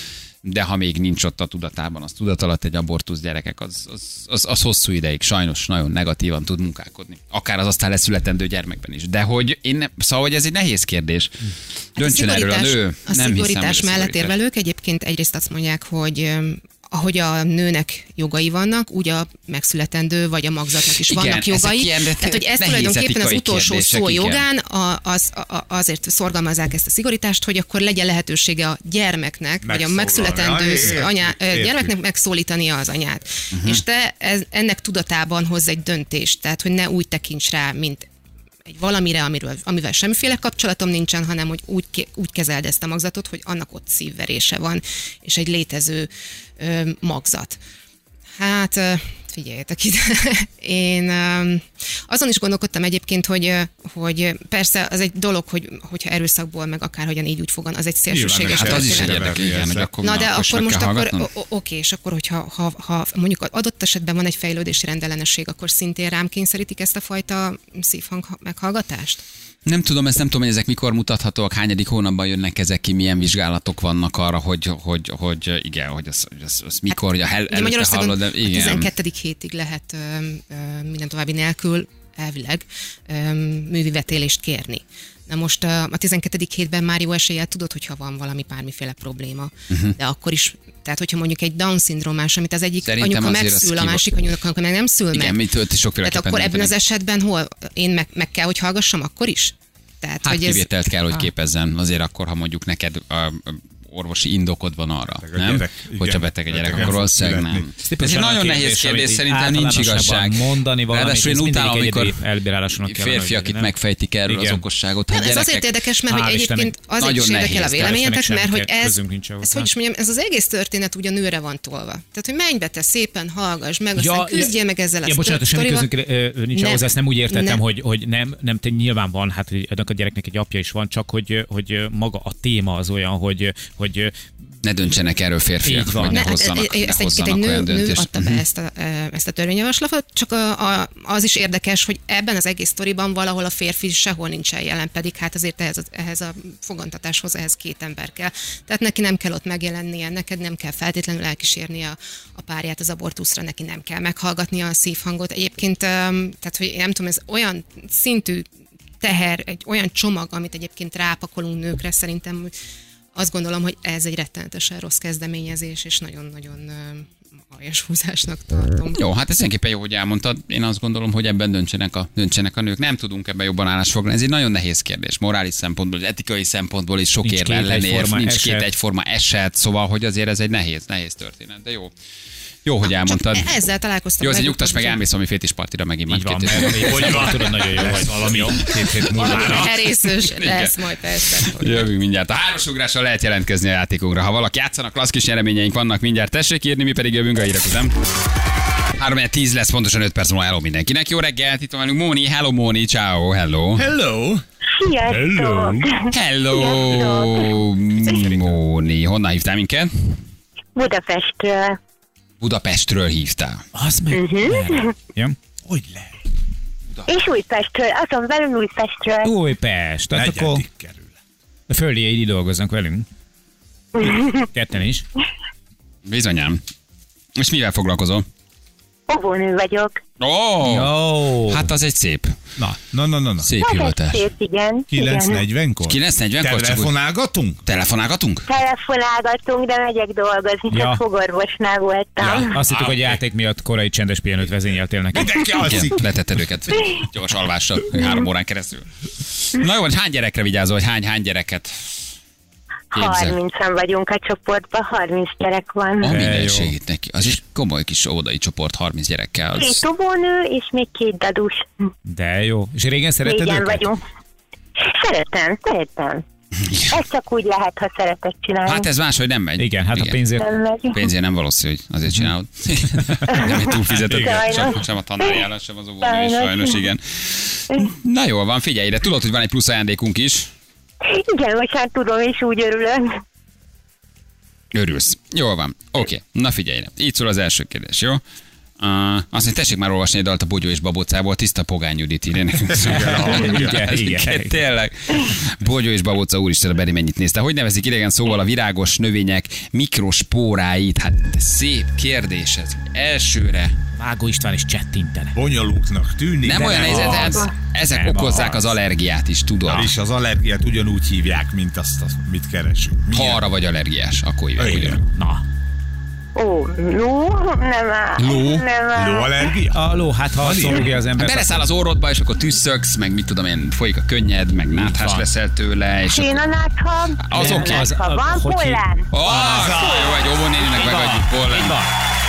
de ha még nincs ott a tudatában, az tudat alatt egy abortusz gyerekek, az, az, az, az hosszú ideig sajnos nagyon negatívan tud munkálkodni. Akár az aztán leszületendő gyermekben is. De hogy én ne, szóval, hogy ez egy nehéz kérdés. Döntsön hát erről a nő. A nem szigorítás hiszem, mellett érvelők egyébként egyrészt azt mondják, hogy ahogy a nőnek jogai vannak, úgy a megszületendő vagy a magzatnak is igen, vannak jogai. Ilyen, tehát, hogy ez tulajdonképpen az utolsó szó igen. jogán a, az, a, azért szorgalmazzák ezt a szigorítást, hogy akkor legyen lehetősége a gyermeknek, vagy a megszületendő anyá, gyermeknek megszólítania az anyát. Uh-huh. És te ez, ennek tudatában hozz egy döntést, tehát hogy ne úgy tekints rá, mint egy valamire, amiről, amivel semmiféle kapcsolatom nincsen, hanem hogy úgy, úgy kezeld ezt a magzatot, hogy annak ott szívverése van, és egy létező ö, magzat. Hát figyeljetek ide, én ö, azon is gondolkodtam egyébként, hogy, hogy persze az egy dolog, hogy, hogyha erőszakból, meg akárhogyan így úgy fogan, az egy szélsőséges hát az is egy történet. érdekes, igen, hogy akkor Na de akkor akkor most akkor, o- o- oké, és akkor, hogyha ha, ha mondjuk adott esetben van egy fejlődési rendellenesség, akkor szintén rám kényszerítik ezt a fajta szívhang meghallgatást? Nem tudom, ezt nem tudom, hogy ezek mikor mutathatóak, hányadik hónapban jönnek ezek ki, milyen vizsgálatok vannak arra, hogy, hogy, hogy igen, hogy az, az, az mikor, hogy a hel, Ugye Magyarországon hallod, de a igen. tizenkettedik hétig lehet ö, ö, minden további nélkül elvileg ö, művivetélést kérni. Na most a tizenkettedik hétben már jó eséllyel tudod, hogyha van valami bármiféle probléma. Uh-huh. De akkor is, tehát hogyha mondjuk egy Down-szindrómás, amit az egyik Szerintem anyuka megszül, a másik anyuka meg nem szül igen, meg. mit sokféleképpen. Tehát akkor ebben az esetben hol? Én meg, meg kell, hogy hallgassam akkor is? Tehát, hát hogy kivételt ez... kell, hogy képezzen. Azért akkor, ha mondjuk neked a orvosi indokod van arra, beteg a nem? gyerek, igen. Hogyha beteg a gyerek, Beteg akkor el valószínűleg fog nem. Szépen Ez egy nagyon kérdés, nehéz kérdés, amit szerintem nincs igazság. Mondani valamit, Ráadásul én utálom, amikor férfiak itt nem? megfejtik erről Igen. az okosságot. Nem, Hát ez gyerekek, azért érdekes, mert Hál' hogy egyébként Istennek. azért is Nagyon érdekel a nehéz, véleményetek, semmi mert hogy ez, közünk nincs ahhoz, ez, hogy is mondjam, ez az egész történet ugye a nőre van tolva. Tehát, hogy menj be te szépen, hallgass meg, aztán Ja, küzdjél meg ezzel a ja, bocsánat, semmi sztorival. közünk ö, nincs Nem. ahhoz, ezt nem úgy értettem, Nem. hogy, hogy nem, nem, te nyilván van, hát ennek a gyereknek egy apja is van, csak hogy, hogy maga a téma az olyan, hogy, hogy ne döntsenek erről férfiak, Így van. hogy ne Ne, hozzanak, e- ne ezt egyébként hozzanak egy olyan nő, nő döntést. adta be ezt a, e, ezt a törvényjavaslatot, csak a, a, az is érdekes, hogy ebben az egész sztoriban valahol a férfi sehol nincsen jelen, pedig hát azért ehhez, a- ehhez a fogantatáshoz ehhez két ember kell. Tehát neki nem kell ott megjelennie, neked nem kell feltétlenül elkísérnie a, a párját az abortuszra, neki nem kell meghallgatnia a szívhangot. Egyébként, em, tehát hogy én nem tudom, ez olyan szintű teher, egy olyan csomag, amit egyébként rápakolunk nőkre, szerintem hogy azt gondolom, hogy ez egy rettenetesen rossz kezdeményezés, és nagyon-nagyon uh, aljas húzásnak tartom. Jó, hát ez mindenképpen jó, hogy elmondtad. Én azt gondolom, hogy ebben döntsenek a, döntsenek a nők. Nem tudunk ebben jobban állásfoglalni. Ez egy nagyon nehéz kérdés. Morális szempontból, etikai szempontból is sok Nincs érv két ellenérv, egyforma nincs eset. két egyforma eset, szóval, hogy azért ez egy nehéz, nehéz történet. De jó. Jó, hogy elmondtad. Csak ezzel találkoztam. Jó, azért legutóbb, nyugtass meg, hogy- elmész valami fétispartira megint. így majd van, két- mert hogy van, tudod, nagyon jó vagy. Valami jó, két hét Valami múlvára. herészős lesz majd persze. Jövünk mindjárt. A hármasugrással lehet jelentkezni a játékunkra. Ha valaki játszanak, klassz kis nyereményeink vannak, mindjárt tessék írni, mi pedig jövünk a hírek után. három tíz lesz, pontosan öt perc múlva. Hello mindenkinek. Jó reggelt, itt van velünk Móni. Hello Móni, ciao, hello. Hello! Sziasztok! Hello, Móni. Honnan hívtál minket? Budapestről. Budapestről hívtál. Az meg. Uh-huh. Ja? Hogy lehet? És Újpestről, azon belül Újpestről. Újpest, tehát akkor Negyedik kerül. a földiei így dolgoznak velünk. Ketten is. Bizonyám. És mivel foglalkozol? Óvónő vagyok. Ó, oh, Ó, hát az egy szép, Na, na, na, na. na. szép Hát ez hivatás. szép, igen. kilenc igen. negyvenkor? kilenc negyvenkor csak úgy Telefonálgatunk? telefonálgatunk? Telefonálgatunk, de megyek dolgozni, Ja. csak fogorvosnál voltam. Ja. azt hittük, Á, hogy játék miatt korai csendes pihenőt vezényeltél neki. Mindenki alszik. Igen, letetted őket gyors alvással, három órán keresztül. Na jó, hogy hány gyerekre vigyázol, hogy hány, hány gyereket képzel? harmincan vagyunk a csoportban, harminc gyerek van. A De minden jó. segít neki. Az is komoly kis óvodai csoport, harminc gyerekkel. Két Az... óvónő és még két dadus. De jó. És régen szeretted Négyen őket? vagyunk. Szeretem, szeretem. Ezt csak úgy lehet, ha szereted csinálni. Hát ez máshogy nem megy. Igen, hát a pénzért. Nem megy. Pénzért nem valószínű, hogy azért csinálod. Nem egy túlfizetett, Igen. sem, sem a tanárjárás, sem az óvónő, Sajnos. sajnos, igen. Na jól van, figyelj ide, tudod, hogy van egy plusz ajándékunk is. Igen, most már tudom, és úgy örülök. Örülsz. Jól van. Oké, okay. Na figyelj ide. Így szól az első kérdés, jó? Uh, azt mondja, tessék már olvasni egy dalt a Bogyó és Babócából, tiszta Pogány Judit írja nekünk. Igen, igen. Tényleg. Bogyó és Babóca, úristen, a Beri mennyit nézte. Hogy nevezik idegen szóval a virágos növények mikrospóráit? Hát szép kérdés ez. Elsőre. Vágó István is csettintene. Bonyolultnak tűnik. Nem de olyan nem helyzet, az. ez, ezek Nem okozzák az. az allergiát is, tudod. És az allergiát ugyanúgy hívják, mint azt, azt mit keresünk. Ha arra vagy allergiás, akkor hívják Igen. ugyanúgy. Na. Ó, ló, nem áll. Ló? Nem áll. Lóallergia? A ló, hát ha azt szorogja az ember. Beleszáll az orrodba, és akkor tüsszögsz, meg mit tudom én, folyik a könnyed, meg náthás van. leszel tőle, és Én akkor... a nátha. Az Nem, oké. nátha. Az- Van hogy hív- pollán. Ah, jó, egy óvónéninek megadjuk Így pollen. van.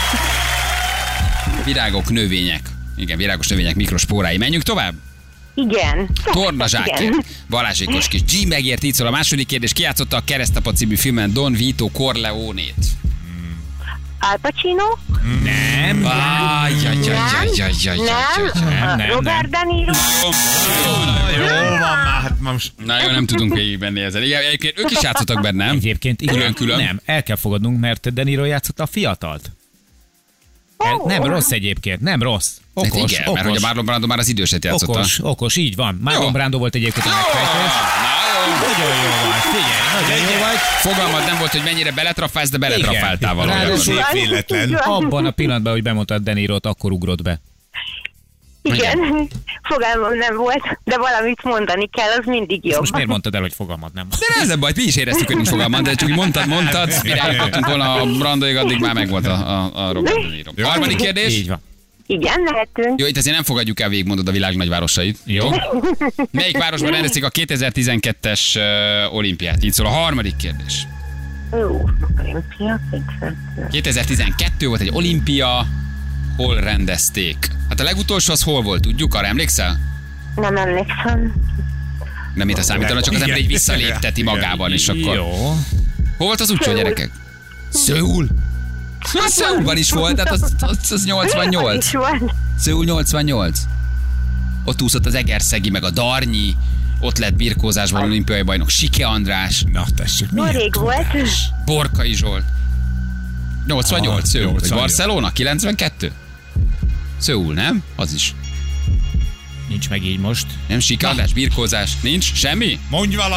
Virágok, növények. Igen, virágos növények mikrospórái. Menjünk tovább? Igen. Torna zsákja. Igen. Balázsékos kis G megért, így szól a második kérdés. Ki játszotta a Keresztapa című filmen Don Vito Corleone-t? Al Pacino? Nem. Ajjajjajjajjajjajjaj. Nem, nem, Robert nem. De Niro? Jó van már, hát most... Na jó, nem tudunk végigbenni ezzel. Igen, egyébként ők is játszottak benne, nem? Egyébként igen. Külön-külön. Nem, el kell fogadnunk, mert De Niro játszotta a fiatalt. El, nem rossz egyébként, nem rossz. Hát Okos, igen, okos. mert hogy a Marlon Brando már az időset játszotta. Okos, okos, így van. Marlon Jó. Brando volt egyébként a megfejtés. Nagyon jó vagy, figyelj, nagyon jó vagy. Fogalmad nem volt, hogy mennyire beletrafálsz, de beletrafáltál Igen. valójában. Ráadásul- Szép véletlen. Abban a pillanatban, hogy bemondtad De Nirot, akkor ugrott be. Igen. Fogalmam nem volt, de valamit mondani kell, az mindig Ezt jobb. most miért mondtad el, hogy fogalmad nem? De ez a baj, mi is éreztük, hogy nincs fogalmad, de csak úgy mondtad, mondtad, mire eljutottunk volna a Brandoig, addig már megvolt a, a, a Robert De Niro. Jó. Harmadik kérdés. Így van. Igen, lehetünk. Jó, itt azért nem fogadjuk el, végigmondod a világ nagyvárosait. Jó. Melyik városban rendezik a kétezer-tizenkettes uh, olimpiát? Így szól a harmadik kérdés. Jó, olimpia, kétezer-tizenkettő volt egy olimpia, hol rendezték? Hát a legutolsó az hol volt, tudjuk? Arra emlékszel? nem emlékszem. Nem itt a számítalan, csak az ember így visszalépteti Igen. magában, és akkor... Jó. Hol volt az utcsó, Szöul. gyerekek? Szöul? Hát Szöulban is volt, tehát az, az, az nyolcvannyolc. Is volt. Szöul nyolcvannyolc. Ott úszott az Egerszegi, meg a Darnyi, ott lett birkózásban olimpiai bajnok Sike András, Na tessék, Jó milyen rég volt. Borkai Zsolt. nyolcvannyolc, Ah, Szöul. Vagy nyolcvannyolc. Barcelona, kilencvenkettő? Szöul, nem? Az is. Nincs meg így most. Nem Sike András, birkózás, nincs? Semmi? Mondj valami!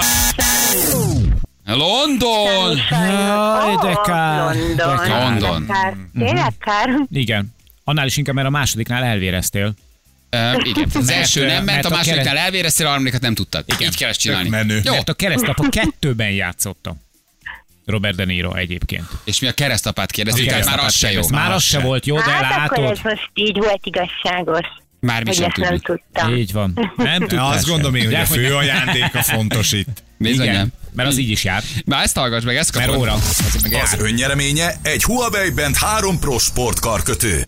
London! Jaj, de Ó, kár. London. De kár. London. Kár. Tényleg kár? Igen. Annál is inkább, mert a másodiknál elvéreztél. Uh, igen, az első nem ment, mert a a másodiknál kereszt- elvéreztél, a harmadikat nem tudtad. Így kell ezt csinálni. Tök menő. Jó, Mert a keresztapa kettőben játszotta. Robert De Niro egyébként. és mi a keresztapát kérdezik, A tehát már az se jó. keresztapát Már az se volt jó, de Hát akkor látod. ez most így volt igazságos. Már mi Hogy sem ezt nem tudjuk. tudtam. Így van. Nem Ja, tudtál azt sem. gondolom én, hogy De a fő ajándék a fontos itt. Bizony Igen, nem. mert az így is jár. Már ezt hallgass meg, ezt Mert kapod. óra. Az meg Az jár. önnyereménye egy Huawei Band három Pro sportkarkötő.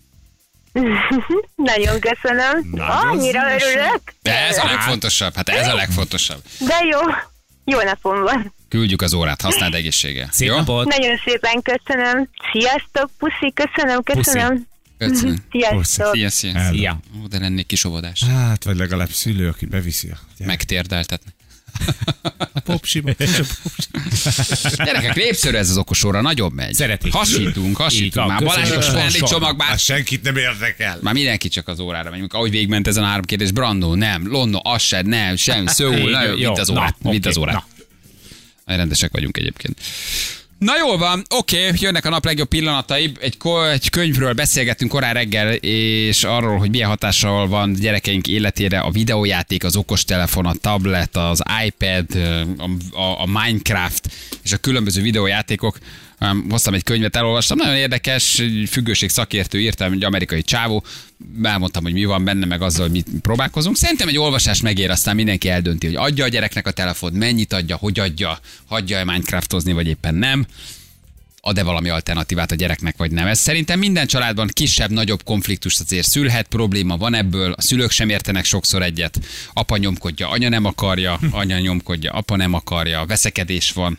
Nagyon köszönöm. Annyira örülök. De ez a legfontosabb, hát ez a legfontosabb. De jó. Jó napom van. Küldjük az órát, használd egészséggel. Szép Jó? napot. Nagyon szépen köszönöm. Sziasztok, puszi, köszönöm, köszönöm. Köszönöm. Sziasztok. Szia, szia. El- Szia. Ó, de lennék kis óvodás. Hát, vagy legalább szülő, aki beviszi a gyerek. Megtérdeltetni. popsiba. Gyerekek, népszerű ez az okos óra, nagyon megy. Szeretik. Hasítunk, Így hasítunk. van, Már köszönjük Balázsikos a ajándékcsomag, sponsor. már, Hát senkit nem érdekel. már mindenki csak az órára megy. Ahogy végigment ezen a három kérdés, Brandon, nem, London, az se, nem, sem, Szöul, na jó, Jó, vitt az na, órát, vitt oké, az órát. na. Rendesek vagyunk egyébként. Na jól van, oké, okay, jönnek a nap legjobb pillanatai. Egy, ko- egy könyvről beszélgettünk korán reggel, és arról, hogy milyen hatással van gyerekeink életére a videójáték, az okostelefon, a tablet, az iPad, a, a, a Minecraft és a különböző videójátékok. Hoztam egy könyvet, elolvastam, nagyon érdekes, függőség szakértő írtam, egy amerikai csávó, elmondtam, hogy mi van benne, meg azzal, hogy mit próbálkozunk. Szerintem egy olvasás megér, aztán mindenki eldönti, hogy adja a gyereknek a telefont, mennyit adja, hogy adja, hagyja-e Minecraftozni, vagy éppen nem. Ad-e valami alternatívát a gyereknek, vagy nem. Ez szerintem minden családban kisebb-nagyobb konfliktust azért szülhet, probléma van ebből, a szülők sem értenek sokszor egyet. Apa nyomkodja, anya nem akarja, anya nyomkodja, apa nem akarja, veszekedés van.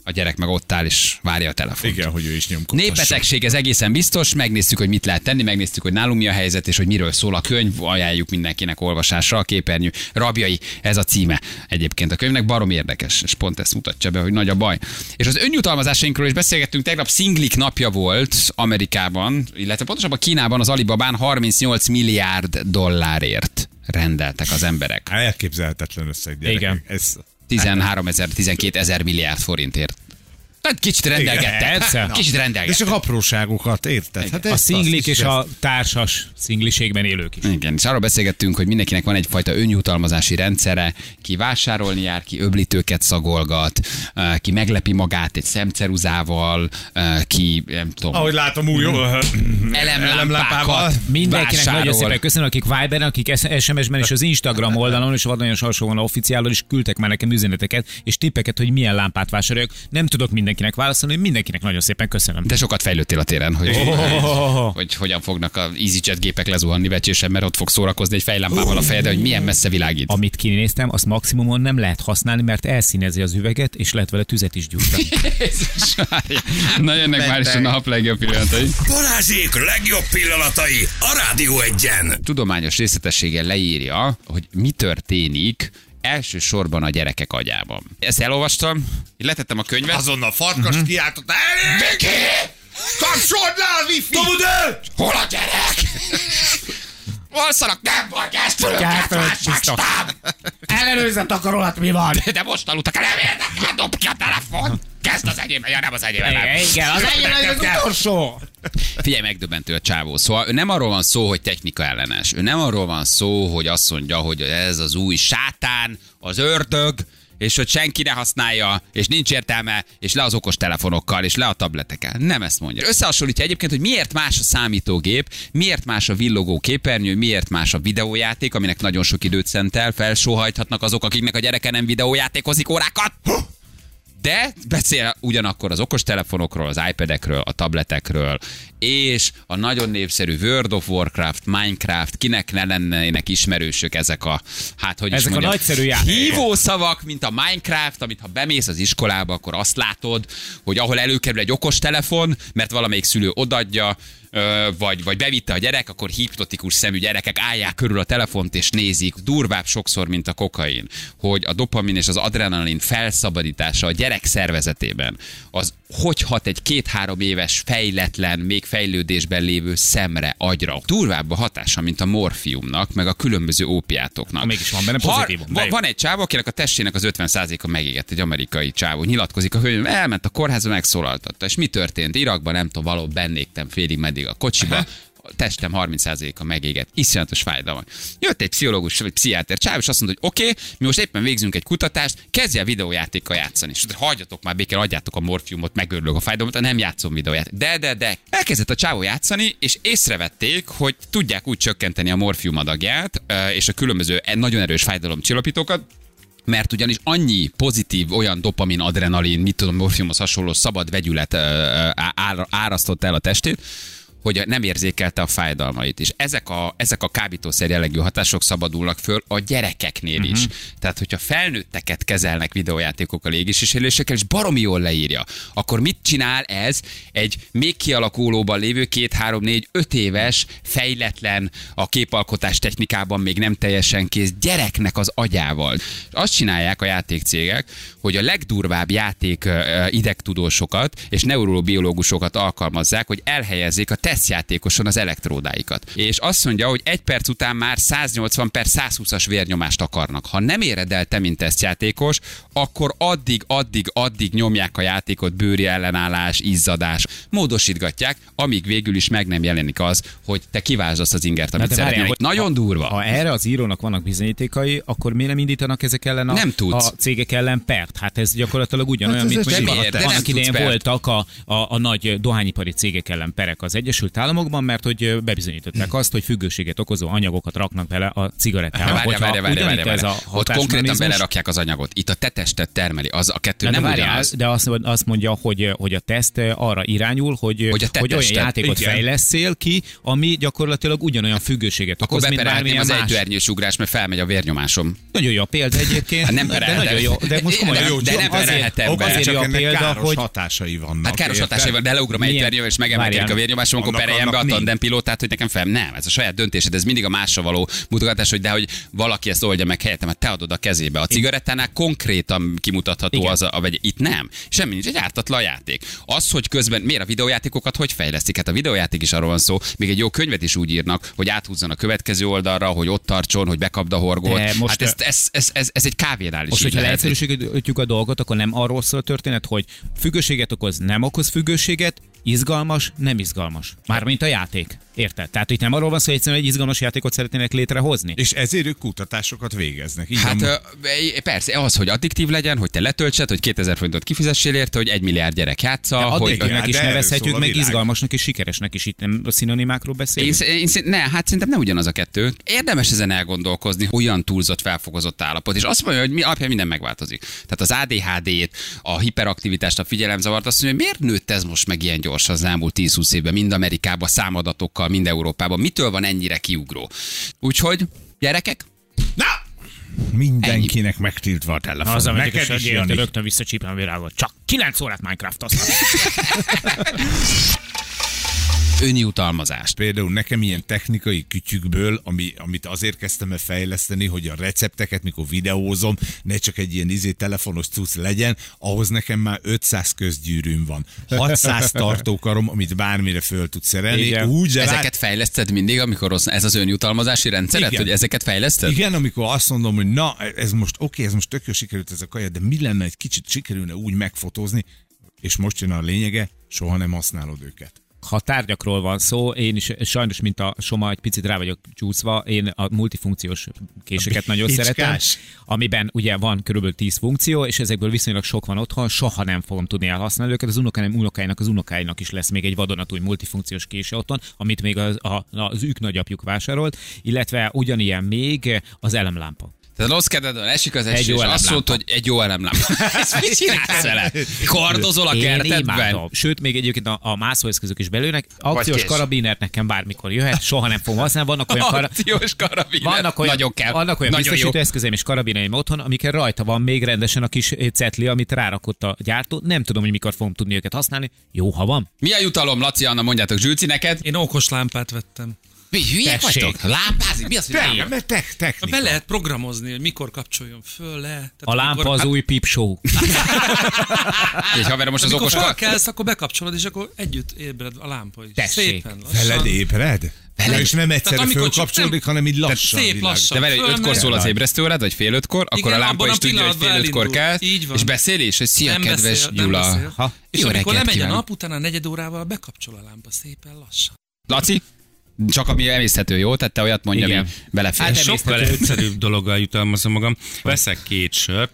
a gyerek meg ott áll és várja a telefont. Igen, hogy ő is nyomkodhassa. Népbetegség, ez egészen biztos, megnéztük, hogy mit lehet tenni, megnéztük, hogy nálunk mi a helyzet, és hogy miről szól a könyv, ajánljuk mindenkinek olvasásra, a képernyő rabjai, ez a címe egyébként a könyvnek, barom érdekes, és pont ezt mutatja be, hogy nagy a baj. És az önjutalmazásainkról is beszélgettünk, tegnap szinglik napja volt Amerikában, illetve pontosabban Kínában az Alibabán harmincnyolc milliárd dollárért rendeltek az emberek. Elképzelhetetlen összeg, gyerekek. Igen. Ez... tizenháromezer, tizenkétezer milliárd forintért. Tehát kicsit rendelgettek. Kicsit De rendelgettek. csak apróságokat, érted? Hát A ezt szinglik azt és is a társas szingliségben élők is. Igen, és arról beszélgettünk, hogy mindenkinek van egyfajta önjutalmazási rendszere, ki vásárolni jár, ki öblítőket szagolgat, eh, ki meglepi magát egy szemceruzával, eh, ki, nem tudom, Ahogy látom, új jó. elemlámpákat Mindenkinek vásárol. nagyon szépen köszönöm, akik Viberen, akik es em es-ben és az Instagram oldalon és van olyan hasonlóan officiálon is küldtek már nekem üzeneteket és tippeket, hogy milyen lámpát vásároljak. Nem tudok mindenkinek válaszolni, mindenkinek nagyon szépen köszönöm. De sokat fejlődtél a téren, hogy, Oh. hogy hogyan fognak az EasyJet gépek lezuhanni becsésen, mert ott fog szórakozni egy fejlámpával a fejed, hogy milyen messze világít. Amit kinéztem, azt maximumon nem lehet használni, mert elszínezi az üveget, és lehet vele tüzet is gyújtani. Jézus Mária. Na jönnek már is a nap legjobb pillanatai. Balázsék legjobb pillanatai a Rádió Egyen. Tudományos részletességgel leírja, hogy mi történik elsősorban a gyerekek agyában. Ezt elolvastam, így letettem a könyvet. Azonnal farkas Mhm. kiáltott. Viki! Kapcsold le a wifi! Dobd el! Hol a gyerek? Alszanak, nem vagy, ezt válságstáb! Ellenőrzze a takarolat, mi van? De most aludtak, nem érdekel, dob ki a telefon! Kezd az enyémbe, ja nem az enyémbe. nem. Igen, az enyém az utolsó. Figyelj, megdöbbentő a csávó. Szóval ő nem arról van szó, hogy technika ellenes. Ő nem arról van szó, hogy azt mondja, hogy ez az új sátán, az ördög, és hogy senki ne használja, és nincs értelme, és le az okos telefonokkal, és le a tabletekkel. Nem ezt mondja. Összehasonlítja egyébként, hogy miért más a számítógép, miért más a villogó képernyő, miért más a videójáték, aminek nagyon sok időt szentel, felsóhajthatnak azok, akiknek a gyereke nem videójátékozik órákat. De beszél ugyanakkor az okostelefonokról, az iPad-ekről, a tabletekről, és a nagyon népszerű World of Warcraft, Minecraft, kinek ne lennének ismerősök ezek a, hát hogy Ezek is a mondjam, nagyszerű játékok. hívószavak, mint a Minecraft, amit ha bemész az iskolába, akkor azt látod, hogy ahol előkerül egy okostelefon, mert valamelyik szülő odadja, Ö, vagy, vagy bevitte a gyerek, akkor hipnotikus szemű gyerekek állják körül a telefont és nézik, durvább sokszor, mint a kokain, hogy a dopamin és az adrenalin felszabadítása a gyerek szervezetében az hogy hat egy két-három éves fejletlen, még fejlődésben lévő szemre, agyra. Durvább a hatása, mint a morfiumnak, meg a különböző ópiátoknak. Ha mégis van benne pozitívum, Ha, van egy csávó, akinek a testének az ötven százaléka megégett, egy amerikai csávó. Nyilatkozik a hölgy, elment a kórházba, megszólaltatta. És mi történt? Irakban, nem tudom, való bennéktem félig meddig a kocsiba. A testem harminc százaléka megégett. Iszonyatos fájdalmak. Jött egy pszichológus, vagy pszichiáter csáv, és azt mondta, hogy oké, okay, mi most éppen végzünk egy kutatást, kezdje a videójátékkal játszani. És hagyjatok már békén, adjátok a morfiumot, megörülök a fájdalmat, nem játszom videójáték. De, de, de. Elkezdett a csávó játszani, és észrevették, hogy tudják úgy csökkenteni a morfium adagját, és a különböző nagyon erős fájdalomcsillapítókat, mert ugyanis annyi pozitív, olyan dopamin, adrenalin, mit tudom, morfiumhoz hasonló szabad vegyület árasztott el a testét, hogy nem érzékelte a fájdalmait. És ezek a, ezek a kábítószer jellegű hatások szabadulnak föl a gyerekeknél is. Uh-huh. Tehát, hogyha felnőtteket kezelnek videójátékokkal, égéssísélésekkel, és baromi jól leírja, akkor mit csinál ez egy még kialakulóban lévő két, három, négy, öt éves, fejletlen, a képalkotás technikában még nem teljesen kész gyereknek az agyával. Azt csinálják a játékcégek, hogy a legdurvább játék idegtudósokat és neurobiológusokat alkalmazzák, hogy elhelyezzék a tesztjátékoson az elektródáikat. És azt mondja, hogy egy perc után már száznyolcvan per százhúszas vérnyomást akarnak. Ha nem éred el te, mint tesztjátékos, akkor addig, addig, addig nyomják a játékot, bőri ellenállás, izzadás, módosítgatják, amíg végül is meg nem jelenik az, hogy te kiválasztasz az ingert, amit szeretnél. Hogy nagyon ha, durva. Ha erre az írónak vannak bizonyítékai, akkor miért nem indítanak ezek ellen a, nem tudsz. a cégek ellen pert? Hát ez gyakorlatilag ugyanolyan, Hát ez mint egy hogy miért? De nem annak idején tudsz pert. voltak a, a, a nagy dohányipari cégek ellen perek az Egyesült Egyesült Államokban, mert hogy bebizonyították azt, hogy függőséget okozó anyagokat raknak bele a cigarettába. Várja, várja, várja, várja, Ez várja. a Ott konkrétan belerakják az anyagot. Itt a te tested termeli, az a kettő de nem várjál, ugyanaz. de azt, azt mondja, hogy, hogy a teszt arra irányul, hogy, Hogy a te hogy olyan tested. játékot Igen. fejleszél ki, ami gyakorlatilag ugyanolyan függőséget Akkor okoz, mint beperelném bármilyen az más. ejtőernyős ugrás, mert felmegy a vérnyomásom. Nagyon jó a példa egyébként. Hát nem de perelhetem. nagyon jó. De most komolyan, De- de nem azért, perelhetem be. azért Csak jó a ennek példa, káros hogy hatásai vannak. Hát káros érted? hatásaival, de leugrom egy Milyen- ejtőernyővel, és megemelkedik a Várjál. vérnyomásom, akkor Annak- pereljem be a annak nincs. tandempilótát, hogy nekem fel. Nem, ez a saját döntésed, ez mindig a másra való mutogatás, hogy de hogy valaki ezt oldja meg helyettem, hát te adod a kezébe. A cigarettánál konkrétan kimutatható Igen. az a, a vegy. Itt nem. Semmi nincs, egy ártatlan játék. Az, hogy közben miért a videójátékokat hogy fejlesztik? Hát a videójáték is arról van szó, még egy jó könyvet is úgy írnak, hogy áthúzzon a következő oldalra, hogy ott tartson, hogy bekapd a horgot. De most- Hát ez, ez, ez, ez, ez egy kávénál is most, így hogyha lehet. leegyszerűsítjük a dolgot, akkor nem arról szól a történet, hogy függőséget okoz, nem okoz függőséget, izgalmas, nem izgalmas. Mármint a játék. Érted? Tehát itt nem arról van szó, hogy egyszerűen egy izgalmas játékot szeretnének létrehozni. És ezért ők kutatásokat végeznek. Így Hát van. ö, persze, az, hogy addiktív legyen, hogy te letöltsed, hogy kétezer forintot kifizessél érte, hogy egy milliárd gyerek játsza, De hogy... addiktív is de erről nevezhetjük, szól a meg világ. izgalmasnak és sikeresnek is. Itt nem a szinonimákról Én, beszélünk. sz- én, sz- ne, hát szerintem nem ugyanaz a kettő. Érdemes ezen elgondolkozni, olyan túlzott, felfokozott állapot. És azt mondja, hogy mi alapján minden megváltozik. Tehát az á dé há dét, a hiperaktivitást, a figyelemzavart, azt mondja, hogy miért nőtt ez most meg ilyen gyorsan az elmúlt tíz-húsz évben, mind Amerikában, számadatokkal, mind Európában. Mitől van ennyire kiugró? Úgyhogy, gyerekek, Na! Mindenkinek megtiltva a telefon. Az a Neked megyek, is, hogy Jani. rögtön visszacsípem a virágot. Csak kilenc órát Minecraft-oztam. önjutalmazást. Például nekem ilyen technikai kütyükből, ami, amit azért kezdtem el fejleszteni, hogy a recepteket, mikor videózom, ne csak egy ilyen izé telefonos cucc legyen, ahhoz nekem már ötszáz közgyűrűm van. hatszáz tartókarom, amit bármire föl tud szerelni. Igen. Úgy, de Ezeket fejleszted mindig, amikor rossz, ez az önjutalmazási rendszeret, Igen. hogy ezeket fejleszted? Igen, amikor azt mondom, hogy na, ez most oké, ez most tök jó sikerült ez a kaja, de mi lenne, egy kicsit sikerülne úgy megfotózni, és most jön a lényege, soha nem használod őket. Ha tárgyakról van szó, én is sajnos, mint a Soma, egy picit rá vagyok csúszva, én a multifunkciós késeket nagyon Bicskás. szeretem, amiben ugye van körülbelül tíz funkció, és ezekből viszonylag sok van otthon, soha nem fogom tudni elhasználni őket, az unokáim unokáinak, az unokáinak is lesz még egy vadonatúj multifunkciós kése otthon, amit még az, a, az ők nagyapjuk vásárolt, illetve ugyanilyen még az elemlámpa. Tehát rossz kedvedben esik az Egy eső, jó és azt elemlámpa. mondta, hogy egy jó elemlámpa. Ezt mit csinálsz vele? Kardozol a Én kertedben? imádom. Sőt, még egyébként a, a mászóeszközök is belőnek. Akciós kés. karabinert nekem bármikor jöhet, soha nem fogom használni. Vannak olyan, kara... Akciós karabiner. vannak olyan, Nagyon kell. vannak olyan Nagyon jó. biztosító eszközeim és karabinaim otthon, amikkel rajta van még rendesen a kis cetli, amit rárakott a gyártó. Nem tudom, hogy mikor fogom tudni őket használni. Jó, ha van. Mi a jutalom, Laci, Anna, mondjátok, Zsülci, neked? Én okos lámpát vettem. Mi, hülyek Tessék. vagytok? Lámpázni? Mi az, hogy Te, lámpa? mert tech, technika. Be lehet programozni, hogy mikor kapcsoljon föl, le. Tehát A lámpa amikor- az hát, új Peep Show. Egy haverom most az amikor okos kar... felkelsz, akkor bekapcsolod, és akkor együtt ébred a lámpa is. Tessék. Szépen lassan. Veled ébred? Veled? És nem egyszerre amikor csak fölkapcsolódik, nem- hanem így Tehát lassan. szép világ. lassan. De várj, hogy Fölmegy. ötkor szól az ébresztőórád, vagy fél ötkor, akkor Igen, a lámpa abban is a tudja, hogy fél pillanatban ötkor elindul. kell, Így van. és beszél is, hogy szia, Nem kedves beszél, nem Gyula. beszél. Ha, És jó amikor reggelt lemegy a kívánok. nap, utána a negyed órával bekapcsol a lámpa szépen lassan. Laci? Csak ami emészhető, jó? Tehát te olyat mondja, Igen. ami belefér. Hát Sokkal emészthető. egyszerűbb dologgal jutalmazom magam. Veszek két sört,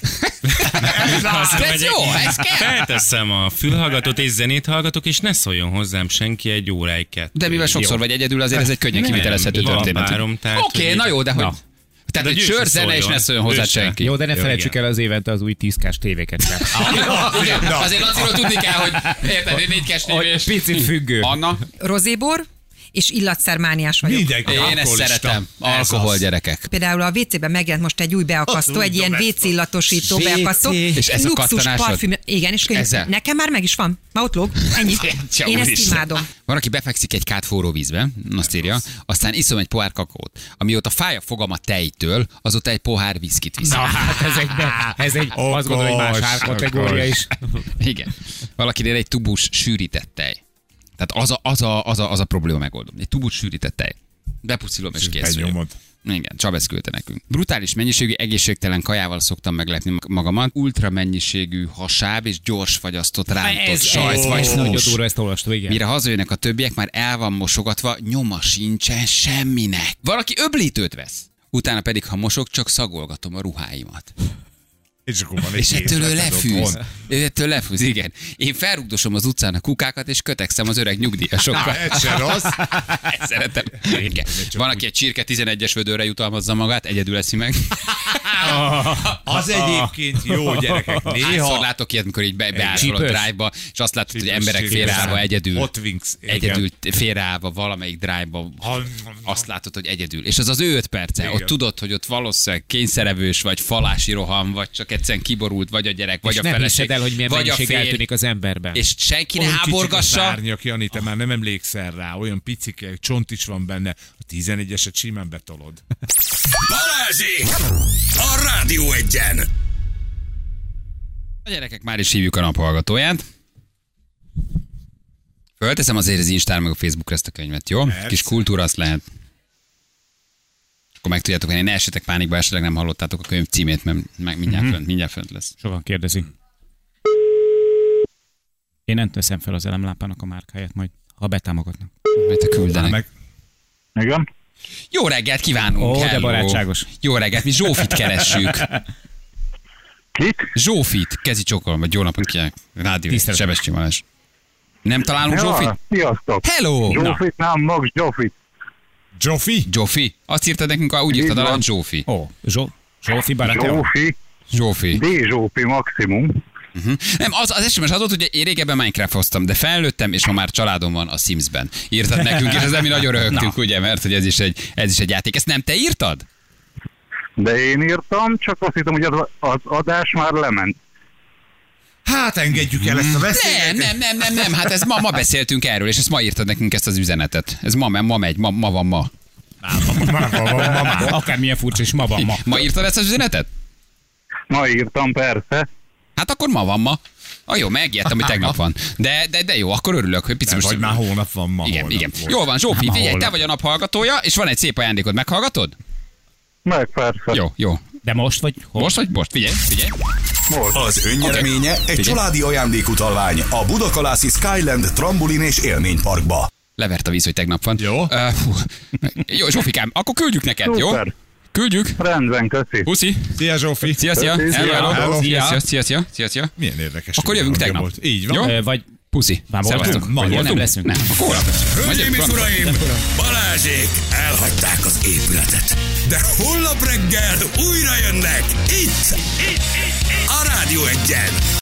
Ez jó, ez kell. felteszem a fülhallgatót és zenét hallgatok, és ne szóljon hozzám senki egy óráig kettő. De mivel sokszor vagy egyedül, azért ez egy könnyen Nem, kivitelezhető van történet. párom, tehát, Oké, hogy- na jó, de hogy... Na. Tehát, De hogy ő sör, se zene, és szóljon. ne szóljon hozzá Ő se. senki. Jó, de ne Jó, felejtsük igen. el az évente az új tízkás tévéket sem. Igen, azért Laciról tudni kell, hogy érted, négy kás Hogy tévés. picit függő. Anna, rozébor és illatszermániás vagyok. Mindenki én ezt alkoholista. szeretem. Ez Alkohol, az. gyerekek. Például a vé cében megjelent most egy új beakasztó, egy ilyen vé cé illatosító vé cé. beakasztó. És ez a Luxus kattanásod? parfüm. Igen, és könyv. Ezzel? Nekem már meg is van. Már ott lóg. Ennyi. Atya Én ezt úristen. imádom. Van, aki befekszik egy kát forró vízbe, azt írja, aztán iszom egy pohár kakaót. Amióta fáj a fogam a tejtől, azóta egy pohár viszkit viszem. Na hát ez egy, ez egy azt gondolom, hogy más Okos, árkategória is. Igen. Valakinél egy tubus sűrített tej. Tehát az a, az a, az a, az a probléma megoldom. Egy tubus sűrített tej. Bepuszilom és kész vagyok. Benyomod. Igen, Csabesz küldte nekünk. Brutális mennyiségű, egészségtelen kajával szoktam meglepni magamat. Ultra mennyiségű hasáb és gyors fagyasztott rántott Ez, sajt ez, vagy ez nagyon hús. durva, ezt olvastam, igen. Mire hazajönnek a többiek, már el van mosogatva, nyoma sincsen semminek. Valaki öblítőt vesz. Utána pedig, ha mosok, csak szagolgatom a ruháimat. És akkor van egy És ettől ő készleted lefűz. otthon. Ő ettől lefűz, igen. Én felrugdosom az utcán a kukákat, és kötekszem az öreg nyugdíjasokkal. Na, ez se rossz. Ezt szeretem. Igen. Van, aki egy csirke tizenegyes vödörre jutalmazza magát, egyedül eszi meg. Az egyébként jó, gyerekek. Hányszor Néha látok ilyet, amikor így be, beállsz a Csípős. drive-ba, és azt látod, hogy Csípős, emberek csípős. félreállva egyedül. Hot Wings. igen. Egyedül félreállva valamelyik drive-ba, azt látod, hogy egyedül. És az az ő öt perce. Igen. Ott tudod, hogy ott valószínűleg kényszerevős, vagy falási roham, vagy csak egyszerűen kiborult, vagy a gyerek, vagy És a nem feleség, hiszed el, hogy milyen vagy a mennyiség férj, eltűnik az emberben. és senki ne Olyan kicsik a háborgassa. szárnyak, Jani, te már nem emlékszel rá. Olyan picike, csont is van benne. A tizenegyeset simán betolod. Balázsék! A Rádió Egyen! A gyerekek, már is hívjuk a naphallgatóját. Fölteszem azért az Instán meg a Facebookra ezt a könyvet, jó? Persze. Kis kultúra azt lehet. Akkor meg tudjátok, hogy ne essetek pánikba, esetleg nem hallottátok a könyv címét, mert meg mindjárt, Mhm. fönt, mindjárt fönt lesz. Sokan kérdezik. Én nem teszem fel az elemlámpának a márkáját, majd ha betámogatnak. Mert te küldenek. Meg Igen. Jó reggelt kívánunk! Ó, de hello. barátságos. Jó reggelt, mi Zsófit keressük. Kit? Zsófit, kezi csokolom, vagy jó napot kívánok. Rádió, Tisztelet. Sebessy Balázs. Nem találunk Zsófit? sziasztok. Hello! Zsófit, nem, Max Zsófit. Zsófi? Zsófi? Azt írtad nekünk, úgy írtad Így alá, van. hogy Zsófi. Ó, Zsó, Zsófi barátom. Zsófi, Zsófi. D. Zsófi maximum. Nem, az, az es em es az volt, hogy én régebben Minecraft-oztam, de felnőttem, és ma már családom van a Simsben. Írtad nekünk, és ezzel mi nagyon röhögtünk, ugye, mert hogy ez is, egy, ez is egy játék. Ezt nem te írtad? De én írtam, csak azt hittem, hogy az, az adás már lement. Hát engedjük el ezt a Nem, beszélgetést. nem, nem, nem, nem, hát ez ma, ma beszéltünk erről, és ezt ma írtad nekünk ezt az üzenetet. Ez ma, ma megy, ma, ma van ma. Akármilyen furcsa, és ma van ma. Ma írtad ezt az üzenetet? Ma írtam, persze. Hát akkor ma van ma. Ah, jó, megijedtem, hogy tegnap van. De, de, de jó, akkor örülök, hogy picit De vagy már hónap van ma. Igen, holnap igen. volt. Jól van, Zsófi, Ma figyelj, te holnap. vagy a nap hallgatója, és van egy szép ajándékod, meghallgatod? Meg persze. Jó, jó. De most vagy? Hol? Most vagy most? Figyelj, figyelj. Most. Az önnyereménye egy Figyelj. családi ajándékutalvány a Budakalászi Skyland trambolin és élményparkba. Levert a víz, hogy tegnap van. Jó. Uh, fú. Jó, Zsófikám, akkor küldjük neked, jó? Szuper. Küldjük. Rendben, köszi. Puszi. Szia Zsófi. Szia, szia. Köszi. Hello, hello. Hello. Szia, szia, szia, szia, szia, szia. Milyen érdekes. Akkor jövünk hogy tegnap. Volt. Így van. Jó? Ö, Vagy Puszi. Már voltunk? Szevasztok. Ma Vagy voltunk? nem leszünk? Nem, akkor holnap leszünk. Hölgyeim és Megyünk, uraim, Balázsék elhagyták az épületet. De holnap reggel újra jönnek itt, itt, itt, itt a Rádió Egyen.